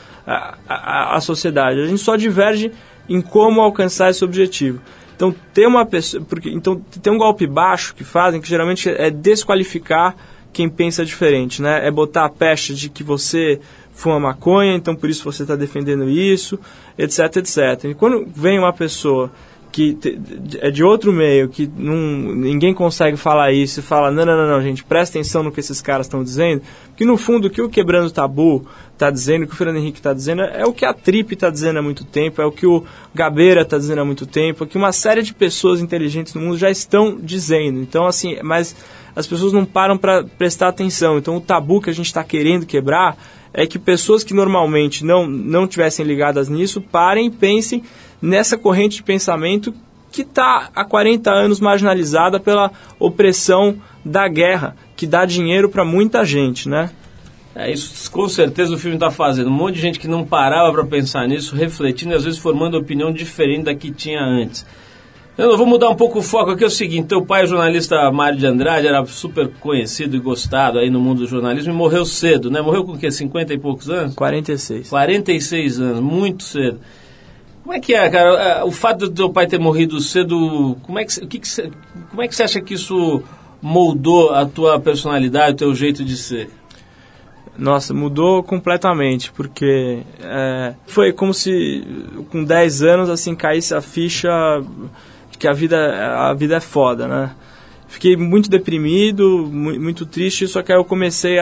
a sociedade. A gente só diverge em como alcançar esse objetivo. Então tem tem um golpe baixo que fazem, que geralmente é desqualificar quem pensa diferente, né? É botar a pecha de que você fuma maconha, então por isso você está defendendo isso, etc, etc. E quando vem uma pessoa que é de outro meio, que ninguém consegue falar isso, e fala, não, gente, presta atenção no que esses caras estão dizendo, porque no fundo o que o Quebrando o Tabu está dizendo, o que o Fernando Henrique está dizendo, é o que a Trip está dizendo há muito tempo, é o que o Gabeira está dizendo há muito tempo, é o que uma série de pessoas inteligentes no mundo já estão dizendo. Então, assim, mas as pessoas não param para prestar atenção. Então, o tabu que a gente está querendo quebrar é que pessoas que normalmente não tivessem ligadas nisso parem e pensem nessa corrente de pensamento que está há 40 anos marginalizada pela opressão da guerra, que dá dinheiro para muita gente, né? Isso com certeza o filme está fazendo. Um monte de gente que não parava para pensar nisso, refletindo e às vezes formando opinião diferente da que tinha antes. Eu vou mudar um pouco o foco aqui, é o seguinte, teu pai, o jornalista Mário de Andrade, era super conhecido e gostado aí no mundo do jornalismo e morreu cedo, né? Morreu com o quê? 50 e poucos anos? 46. 46 anos, muito cedo. Como é que é, cara? O fato do teu pai ter morrido cedo, como é que você acha que isso moldou a tua personalidade, o teu jeito de ser? Nossa, mudou completamente, porque foi como se com 10 anos assim caísse a ficha que a vida é foda, né? Fiquei muito deprimido, muito triste, só que aí eu comecei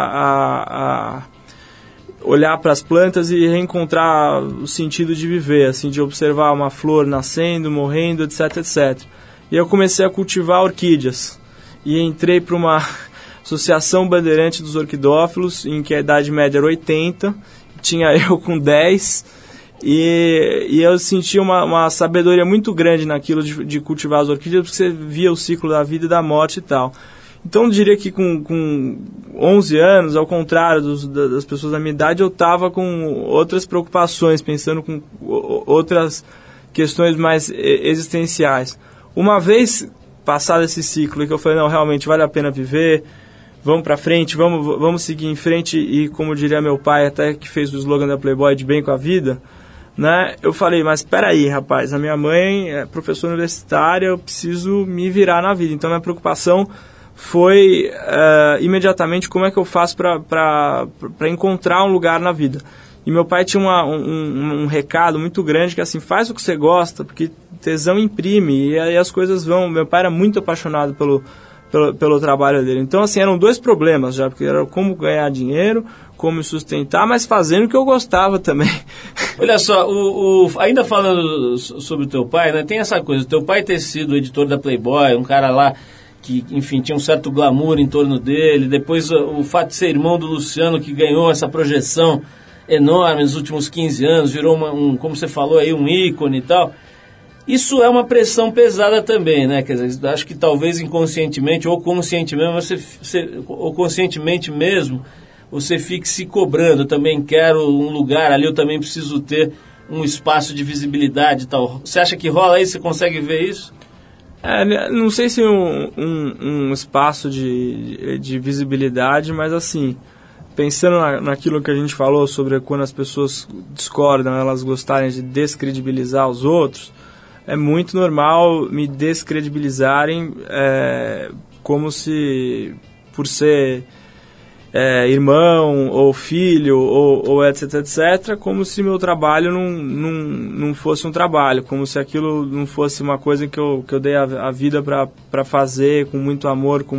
a olhar para as plantas e reencontrar o sentido de viver, assim, de observar uma flor nascendo, morrendo, etc, etc. E eu comecei a cultivar orquídeas e entrei para uma Associação Bandeirante dos Orquidófilos, em que a idade média era 80, tinha eu com 10, e eu senti uma sabedoria muito grande naquilo de cultivar as orquídeas, porque você via o ciclo da vida e da morte e tal. Então eu diria que com 11 anos, ao contrário das pessoas da minha idade, eu estava com outras preocupações, pensando com outras questões mais existenciais. Uma vez passado esse ciclo, que eu falei, não, realmente vale a pena viver, vamos para frente, vamos seguir em frente, e como diria meu pai, até que fez o slogan da Playboy de bem com a vida, né? Eu falei, mas espera aí, rapaz, a minha mãe é professora universitária, eu preciso me virar na vida. Então minha preocupação foi imediatamente como é que eu faço para encontrar um lugar na vida. E meu pai tinha um recado muito grande, que assim, faz o que você gosta, porque tesão imprime, e aí as coisas vão. Meu pai era muito apaixonado pelo trabalho dele. Então, assim, eram dois problemas já, porque era como ganhar dinheiro, como me sustentar, mas fazendo o que eu gostava também. Olha só, ainda falando sobre o teu pai, né, tem essa coisa, o teu pai ter sido editor da Playboy, um cara lá que, enfim, tinha um certo glamour em torno dele, depois o fato de ser irmão do Luciano, que ganhou essa projeção enorme nos últimos 15 anos, virou como você falou aí, um ícone e tal. Isso é uma pressão pesada também, né? Quer dizer, acho que talvez inconscientemente ou conscientemente mesmo, você fique se cobrando. Eu também quero um lugar ali, eu também preciso ter um espaço de visibilidade e tal. Você acha que rola aí? Você consegue ver isso? Não sei se um espaço de visibilidade, mas assim, pensando naquilo que a gente falou sobre quando as pessoas discordam, elas gostarem de descredibilizar os outros, é muito normal me descredibilizarem como se, por ser irmão ou filho ou etc, etc, como se meu trabalho não fosse um trabalho, como se aquilo não fosse uma coisa que eu dei a vida para fazer com muito amor, com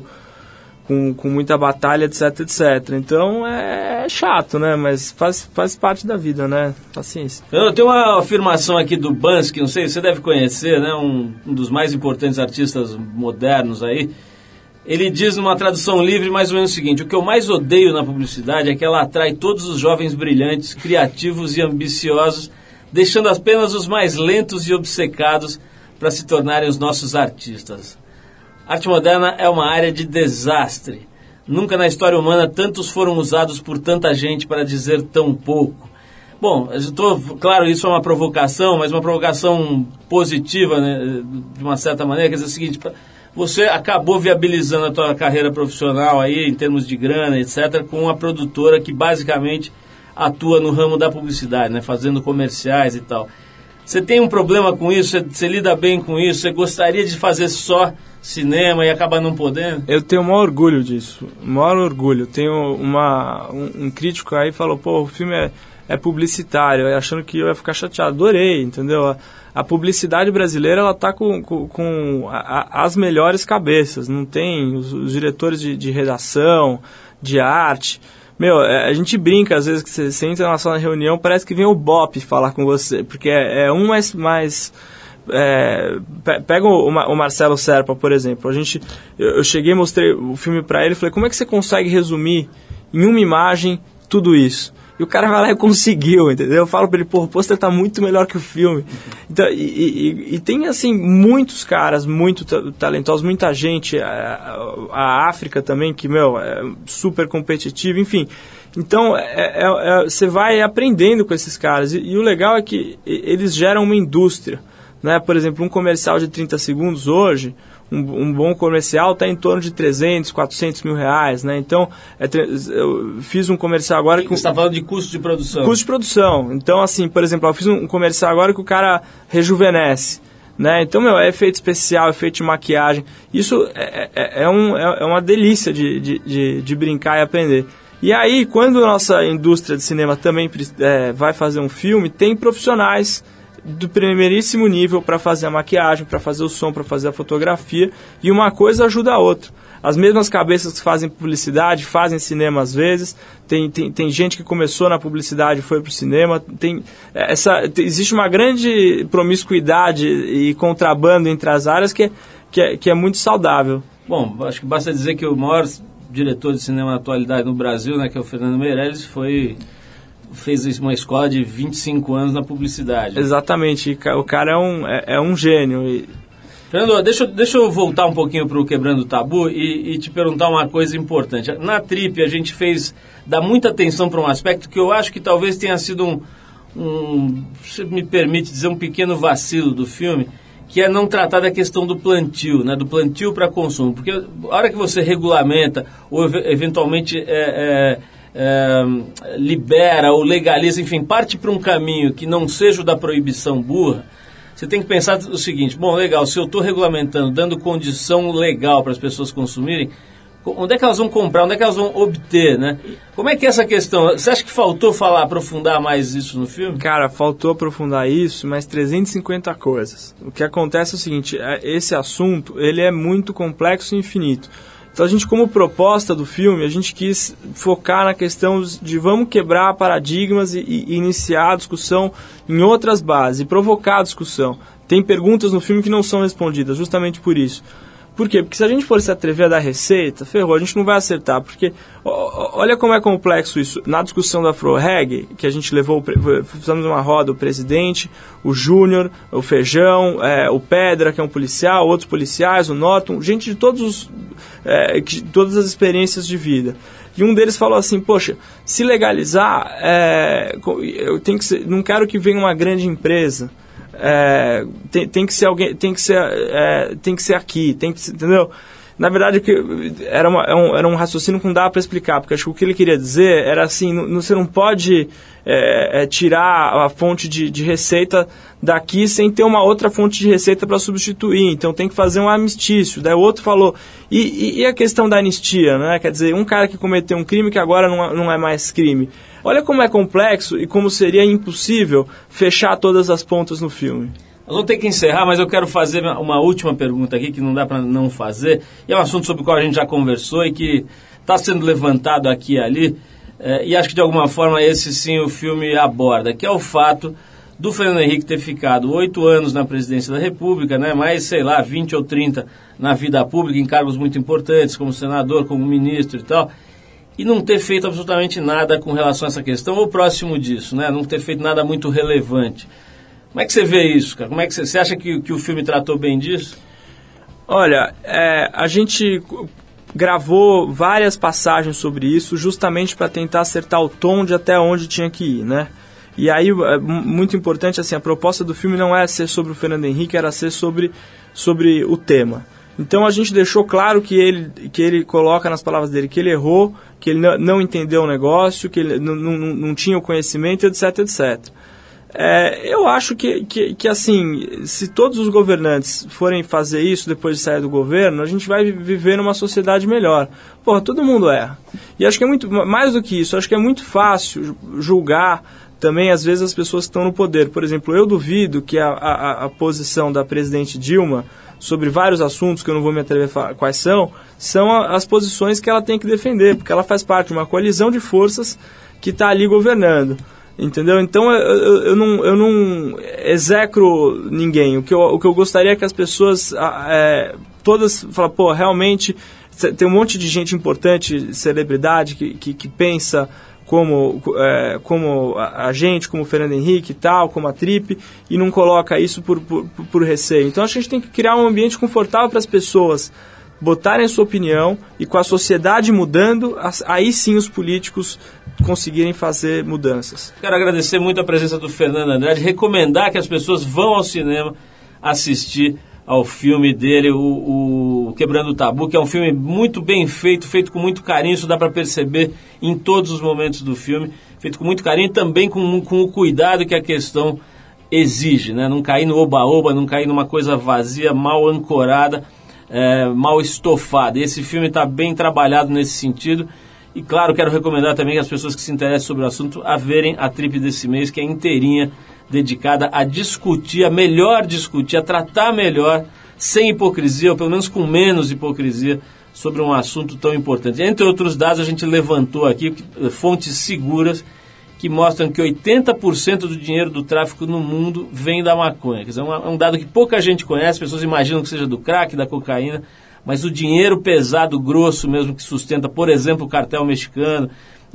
muita batalha, etc, etc. Então é chato, né? Mas faz parte da vida, né? Paciência. Eu tenho uma afirmação aqui do Bansky, não sei, você deve conhecer, né? Um dos mais importantes artistas modernos aí. Ele diz numa tradução livre mais ou menos o seguinte: o que eu mais odeio na publicidade é que ela atrai todos os jovens brilhantes, criativos e ambiciosos, deixando apenas os mais lentos e obcecados para se tornarem os nossos artistas. Arte moderna é uma área de desastre. Nunca na história humana tantos foram usados por tanta gente para dizer tão pouco. Bom, claro, isso é uma provocação, mas uma provocação positiva, né, de uma certa maneira. Quer dizer o seguinte, você acabou viabilizando a tua carreira profissional aí, em termos de grana, etc., com uma produtora que basicamente atua no ramo da publicidade, né, fazendo comerciais e tal. Você tem um problema com isso? Você lida bem com isso? Você gostaria de fazer só cinema e acabar não podendo? Eu tenho o maior orgulho disso, o maior orgulho. Tenho um crítico aí que falou, pô, o filme é publicitário, achando que eu ia ficar chateado. Adorei, entendeu? A publicidade brasileira, ela tá com as melhores cabeças, não tem os diretores de redação, de arte. Meu, a gente brinca, às vezes, que você entra na sala de reunião, parece que vem o Bop falar com você, porque é um mais pega o Marcelo Serpa, por exemplo. Eu cheguei e mostrei o filme pra ele e falei, como é que você consegue resumir em uma imagem tudo isso? E o cara vai lá e conseguiu, entendeu? Eu falo pra ele, pô, o pôster tá muito melhor que o filme. Então, e tem, assim, muitos caras muito talentosos, muita gente, a África também, que, meu, é super competitiva, enfim. Então, você vai aprendendo com esses caras. E o legal é que eles geram uma indústria, né? Por exemplo, um comercial de 30 segundos hoje, um bom comercial está em torno de 300, 400 mil reais, né? Então, eu fiz um comercial agora que... Você está falando de custo de produção. Custo de produção. Então, assim, por exemplo, eu fiz um comercial agora que o cara rejuvenesce, né? Então, é efeito especial, efeito de maquiagem. Isso é uma delícia de brincar e aprender. E aí, quando a nossa indústria de cinema também vai fazer um filme, tem profissionais do primeiríssimo nível para fazer a maquiagem, para fazer o som, para fazer a fotografia, e uma coisa ajuda a outra. As mesmas cabeças que fazem publicidade, fazem cinema às vezes, tem gente que começou na publicidade e foi para o cinema, existe uma grande promiscuidade e contrabando entre as áreas que é muito saudável. Bom, acho que basta dizer que o maior diretor de cinema na atualidade no Brasil, né, que é o Fernando Meirelles, fez uma escola de 25 anos na publicidade. Exatamente, o cara é um gênio. Fernando, deixa eu voltar um pouquinho para o Quebrando o Tabu e te perguntar uma coisa importante. Na Trip a gente dá muita atenção para um aspecto que eu acho que talvez tenha sido se me permite dizer, um pequeno vacilo do filme, que é não tratar da questão do plantio, né, do plantio para consumo. Porque a hora que você regulamenta ou eventualmente libera ou legaliza, enfim, parte para um caminho que não seja o da proibição burra, você tem que pensar o seguinte: bom, legal, se eu estou regulamentando, dando condição legal para as pessoas consumirem, onde é que elas vão comprar, onde é que elas vão obter, né? Como é que é essa questão? Você acha que faltou aprofundar mais isso no filme? Cara, faltou aprofundar isso, mas 350 coisas. O que acontece é o seguinte: esse assunto ele é muito complexo e infinito. Então a gente, como proposta do filme, a gente quis focar na questão de vamos quebrar paradigmas e iniciar a discussão em outras bases, e provocar a discussão. Tem perguntas no filme que não são respondidas, justamente por isso. Por quê? Porque se a gente for se atrever a dar receita, ferrou, a gente não vai acertar. Porque olha como é complexo isso. Na discussão da Afro-Reg, que a gente fizemos uma roda, o presidente, o Júnior, o Feijão, o Pedra, que é um policial, outros policiais, o Norton, gente de todas as experiências de vida. E um deles falou assim: poxa, se legalizar, não quero que venha uma grande empresa. Tem que ser alguém, tem que ser aqui, entendeu? Na verdade, era um raciocínio que não dava para explicar, porque acho que o que ele queria dizer era assim: você não pode tirar a fonte de receita daqui sem ter uma outra fonte de receita para substituir, então tem que fazer um armistício. Daí o outro falou, e a questão da anistia, né? Quer dizer, um cara que cometeu um crime que agora não é mais crime. Olha como é complexo e como seria impossível fechar todas as pontas no filme. Nós vamos ter que encerrar, mas eu quero fazer uma última pergunta aqui, que não dá para não fazer. E é um assunto sobre o qual a gente já conversou e que está sendo levantado aqui e ali. E acho que de alguma forma esse sim o filme aborda, que é o fato do Fernando Henrique ter ficado 8 anos na presidência da República, né, mais, 20 ou 30 na vida pública, em cargos muito importantes, como senador, como ministro e tal, e não ter feito absolutamente nada com relação a essa questão, ou próximo disso, né, não ter feito nada muito relevante. Como é que você vê isso, cara? Como é que você acha que o filme tratou bem disso? Olha, a gente gravou várias passagens sobre isso, justamente para tentar acertar o tom de até onde tinha que ir, né? E aí, muito importante, assim, a proposta do filme não é ser sobre o Fernando Henrique, era ser sobre o tema. Então a gente deixou claro que ele coloca nas palavras dele que ele errou, que ele não entendeu o negócio, que ele não tinha o conhecimento, etc, etc. Eu acho que assim, se todos os governantes forem fazer isso depois de sair do governo, a gente vai viver numa sociedade melhor. Porra, todo mundo erra. E acho que é muito mais do que isso, acho que é muito fácil julgar também, às vezes, as pessoas que estão no poder. Por exemplo, eu duvido que a posição da presidente Dilma sobre vários assuntos, que eu não vou me atrever a falar quais são as posições que ela tem que defender, porque ela faz parte de uma coalizão de forças que está ali governando. Entendeu? Então eu não execro ninguém. O que eu gostaria é que as pessoas todas falam, pô, realmente tem um monte de gente importante, celebridade, que pensa como a gente, como o Fernando Henrique e tal, como a Trip, e não coloca isso por receio. Então acho que a gente tem que criar um ambiente confortável para as pessoas botarem a sua opinião, e com a sociedade mudando, aí sim os políticos conseguirem fazer mudanças. Quero agradecer muito a presença do Fernando Andrade, recomendar que as pessoas vão ao cinema assistir ao filme dele, o Quebrando o Tabu, que é um filme muito bem feito, feito com muito carinho, isso dá para perceber em todos os momentos do filme, feito com muito carinho e também com o cuidado que a questão exige, né? Não cair no oba-oba, não cair numa coisa vazia, mal ancorada, mal estofada. Esse filme está bem trabalhado nesse sentido. E claro, quero recomendar também as pessoas que se interessam sobre o assunto a verem a trip desse mês, que é inteirinha, dedicada a discutir, a tratar melhor, sem hipocrisia, ou pelo menos com menos hipocrisia, sobre um assunto tão importante. Entre outros dados, a gente levantou aqui fontes seguras que mostram que 80% do dinheiro do tráfico no mundo vem da maconha. Quer dizer, é um dado que pouca gente conhece, as pessoas imaginam que seja do crack, da cocaína, mas o dinheiro pesado, grosso mesmo, que sustenta, por exemplo, o cartel mexicano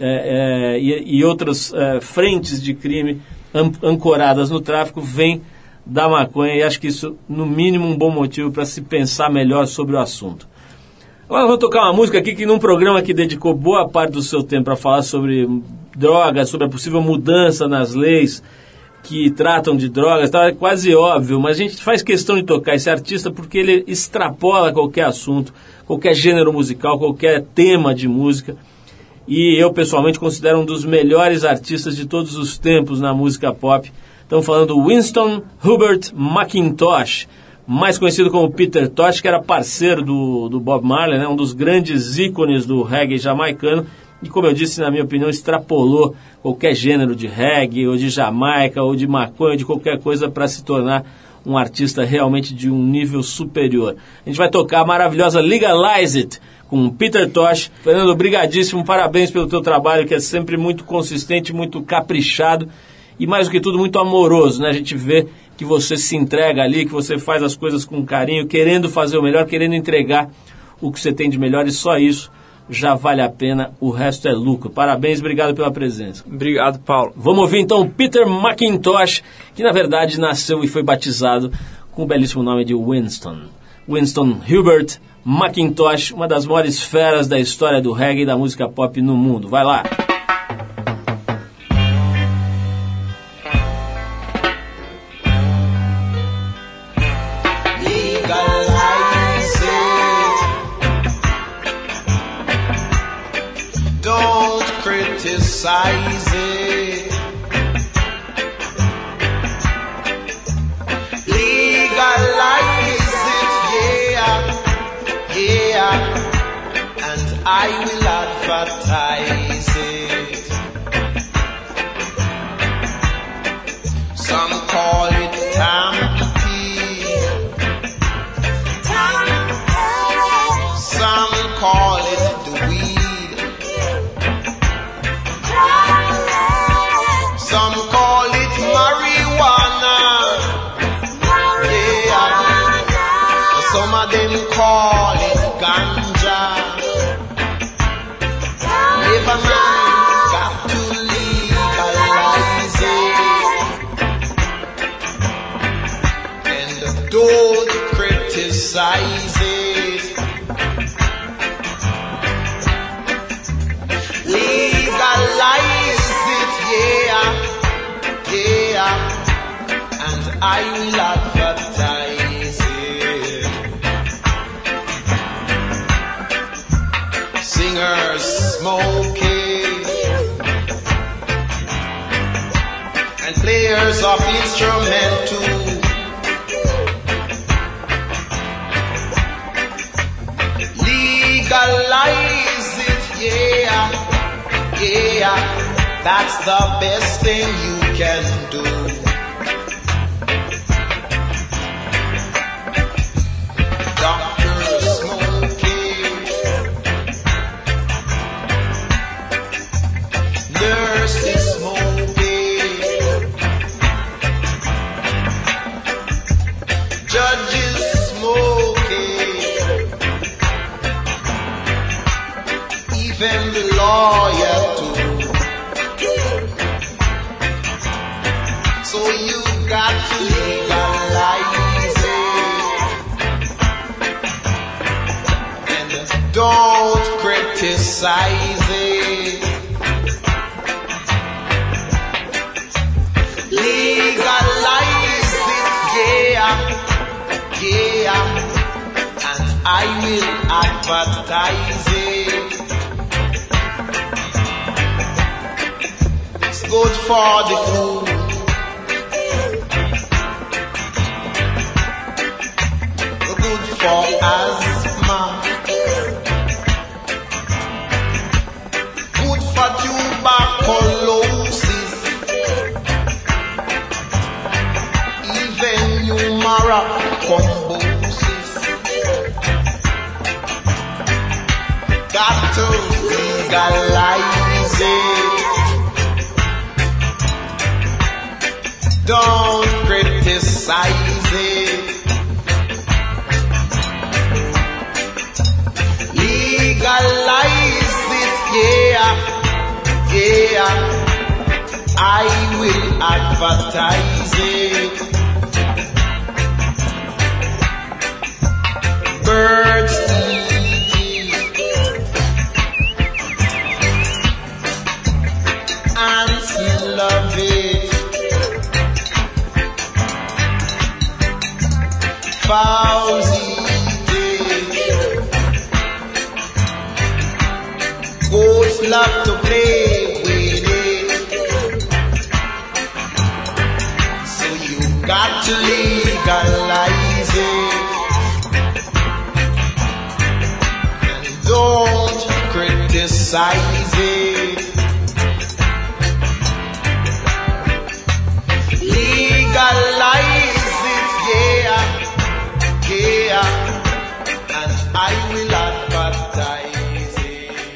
e outras frentes de crime ancoradas no tráfico, vem da maconha, e acho que isso, no mínimo, um bom motivo para se pensar melhor sobre o assunto. Agora eu vou tocar uma música aqui que num programa que dedicou boa parte do seu tempo para falar sobre drogas, sobre a possível mudança nas leis que tratam de drogas, tá? É quase óbvio, mas a gente faz questão de tocar esse artista porque ele extrapola qualquer assunto, qualquer gênero musical, qualquer tema de música, e eu pessoalmente considero um dos melhores artistas de todos os tempos na música pop. Estamos falando do Winston Hubert McIntosh, mais conhecido como Peter Tosh, que era parceiro do Bob Marley, né? Um dos grandes ícones do reggae jamaicano, e como eu disse, na minha opinião, extrapolou qualquer gênero de reggae, ou de Jamaica, ou de maconha, ou de qualquer coisa para se tornar um artista realmente de um nível superior. A gente vai tocar a maravilhosa Legalize It, com Peter Tosh. Fernando, obrigadíssimo, parabéns pelo teu trabalho, que é sempre muito consistente, muito caprichado, e mais do que tudo, muito amoroso, né? A gente vê que você se entrega ali, que você faz as coisas com carinho, querendo fazer o melhor, querendo entregar o que você tem de melhor, e só isso já vale a pena, o resto é lucro. Parabéns, obrigado pela presença. Obrigado, Paulo. Vamos ouvir então Peter McIntosh, que na verdade nasceu e foi batizado com o belíssimo nome de Winston Hubert McIntosh, uma das maiores feras da história do reggae e da música pop no mundo. Vai lá! Criticize it. Legalize it, yeah, and I will advertise it. Some call it Tampi, some call it the weed. Some call it marijuana, yeah. Some of them call it ganja. Never mind, got to legalize it, and don't criticize it. Legalize it, yeah, and I will advertise it. Singers smoking and players of instrument too. Legalize it, yeah, that's the best thing you can do. Doctors smoking, nurses smoking, judges smoking, even the lawyer too. So you got to legalize it, and don't criticize it. Legalize it, I will advertise it. It's good for the food. Good for asthma. Good for tuberculosis. Even numerous combosis. Got to legalize it. Don't criticize it. Legalize it, yeah, yeah. I will advertise it. Birds eat it. Ants love it. Fowls eat it. Goats love to play with it. So you got to legalize it. And don't criticize it. Legalize it, yeah, yeah. And I will advertise it.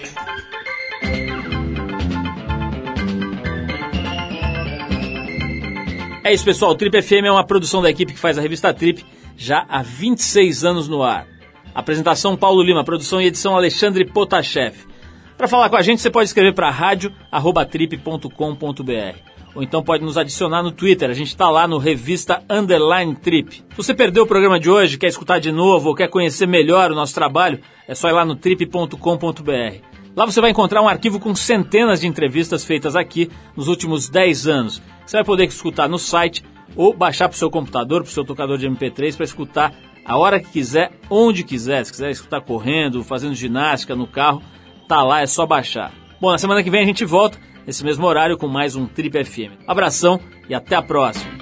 É isso, pessoal. O Trip FM é uma produção da equipe que faz a revista Trip já há 26 anos no ar. Apresentação Paulo Lima, produção e edição Alexandre Potashev. Para falar com a gente, você pode escrever para radio@trip.com.br. Ou então pode nos adicionar no Twitter, a gente está lá no Revista_Trip. Se você perdeu o programa de hoje, quer escutar de novo ou quer conhecer melhor o nosso trabalho, é só ir lá no trip.com.br. Lá você vai encontrar um arquivo com centenas de entrevistas feitas aqui nos últimos 10 anos. Você vai poder escutar no site ou baixar para o seu computador, para o seu tocador de MP3 para escutar a hora que quiser, onde quiser. Se quiser escutar correndo, fazendo ginástica, no carro, tá lá, é só baixar. Bom, na semana que vem a gente volta, nesse mesmo horário, com mais um Trip FM. Abração e até a próxima.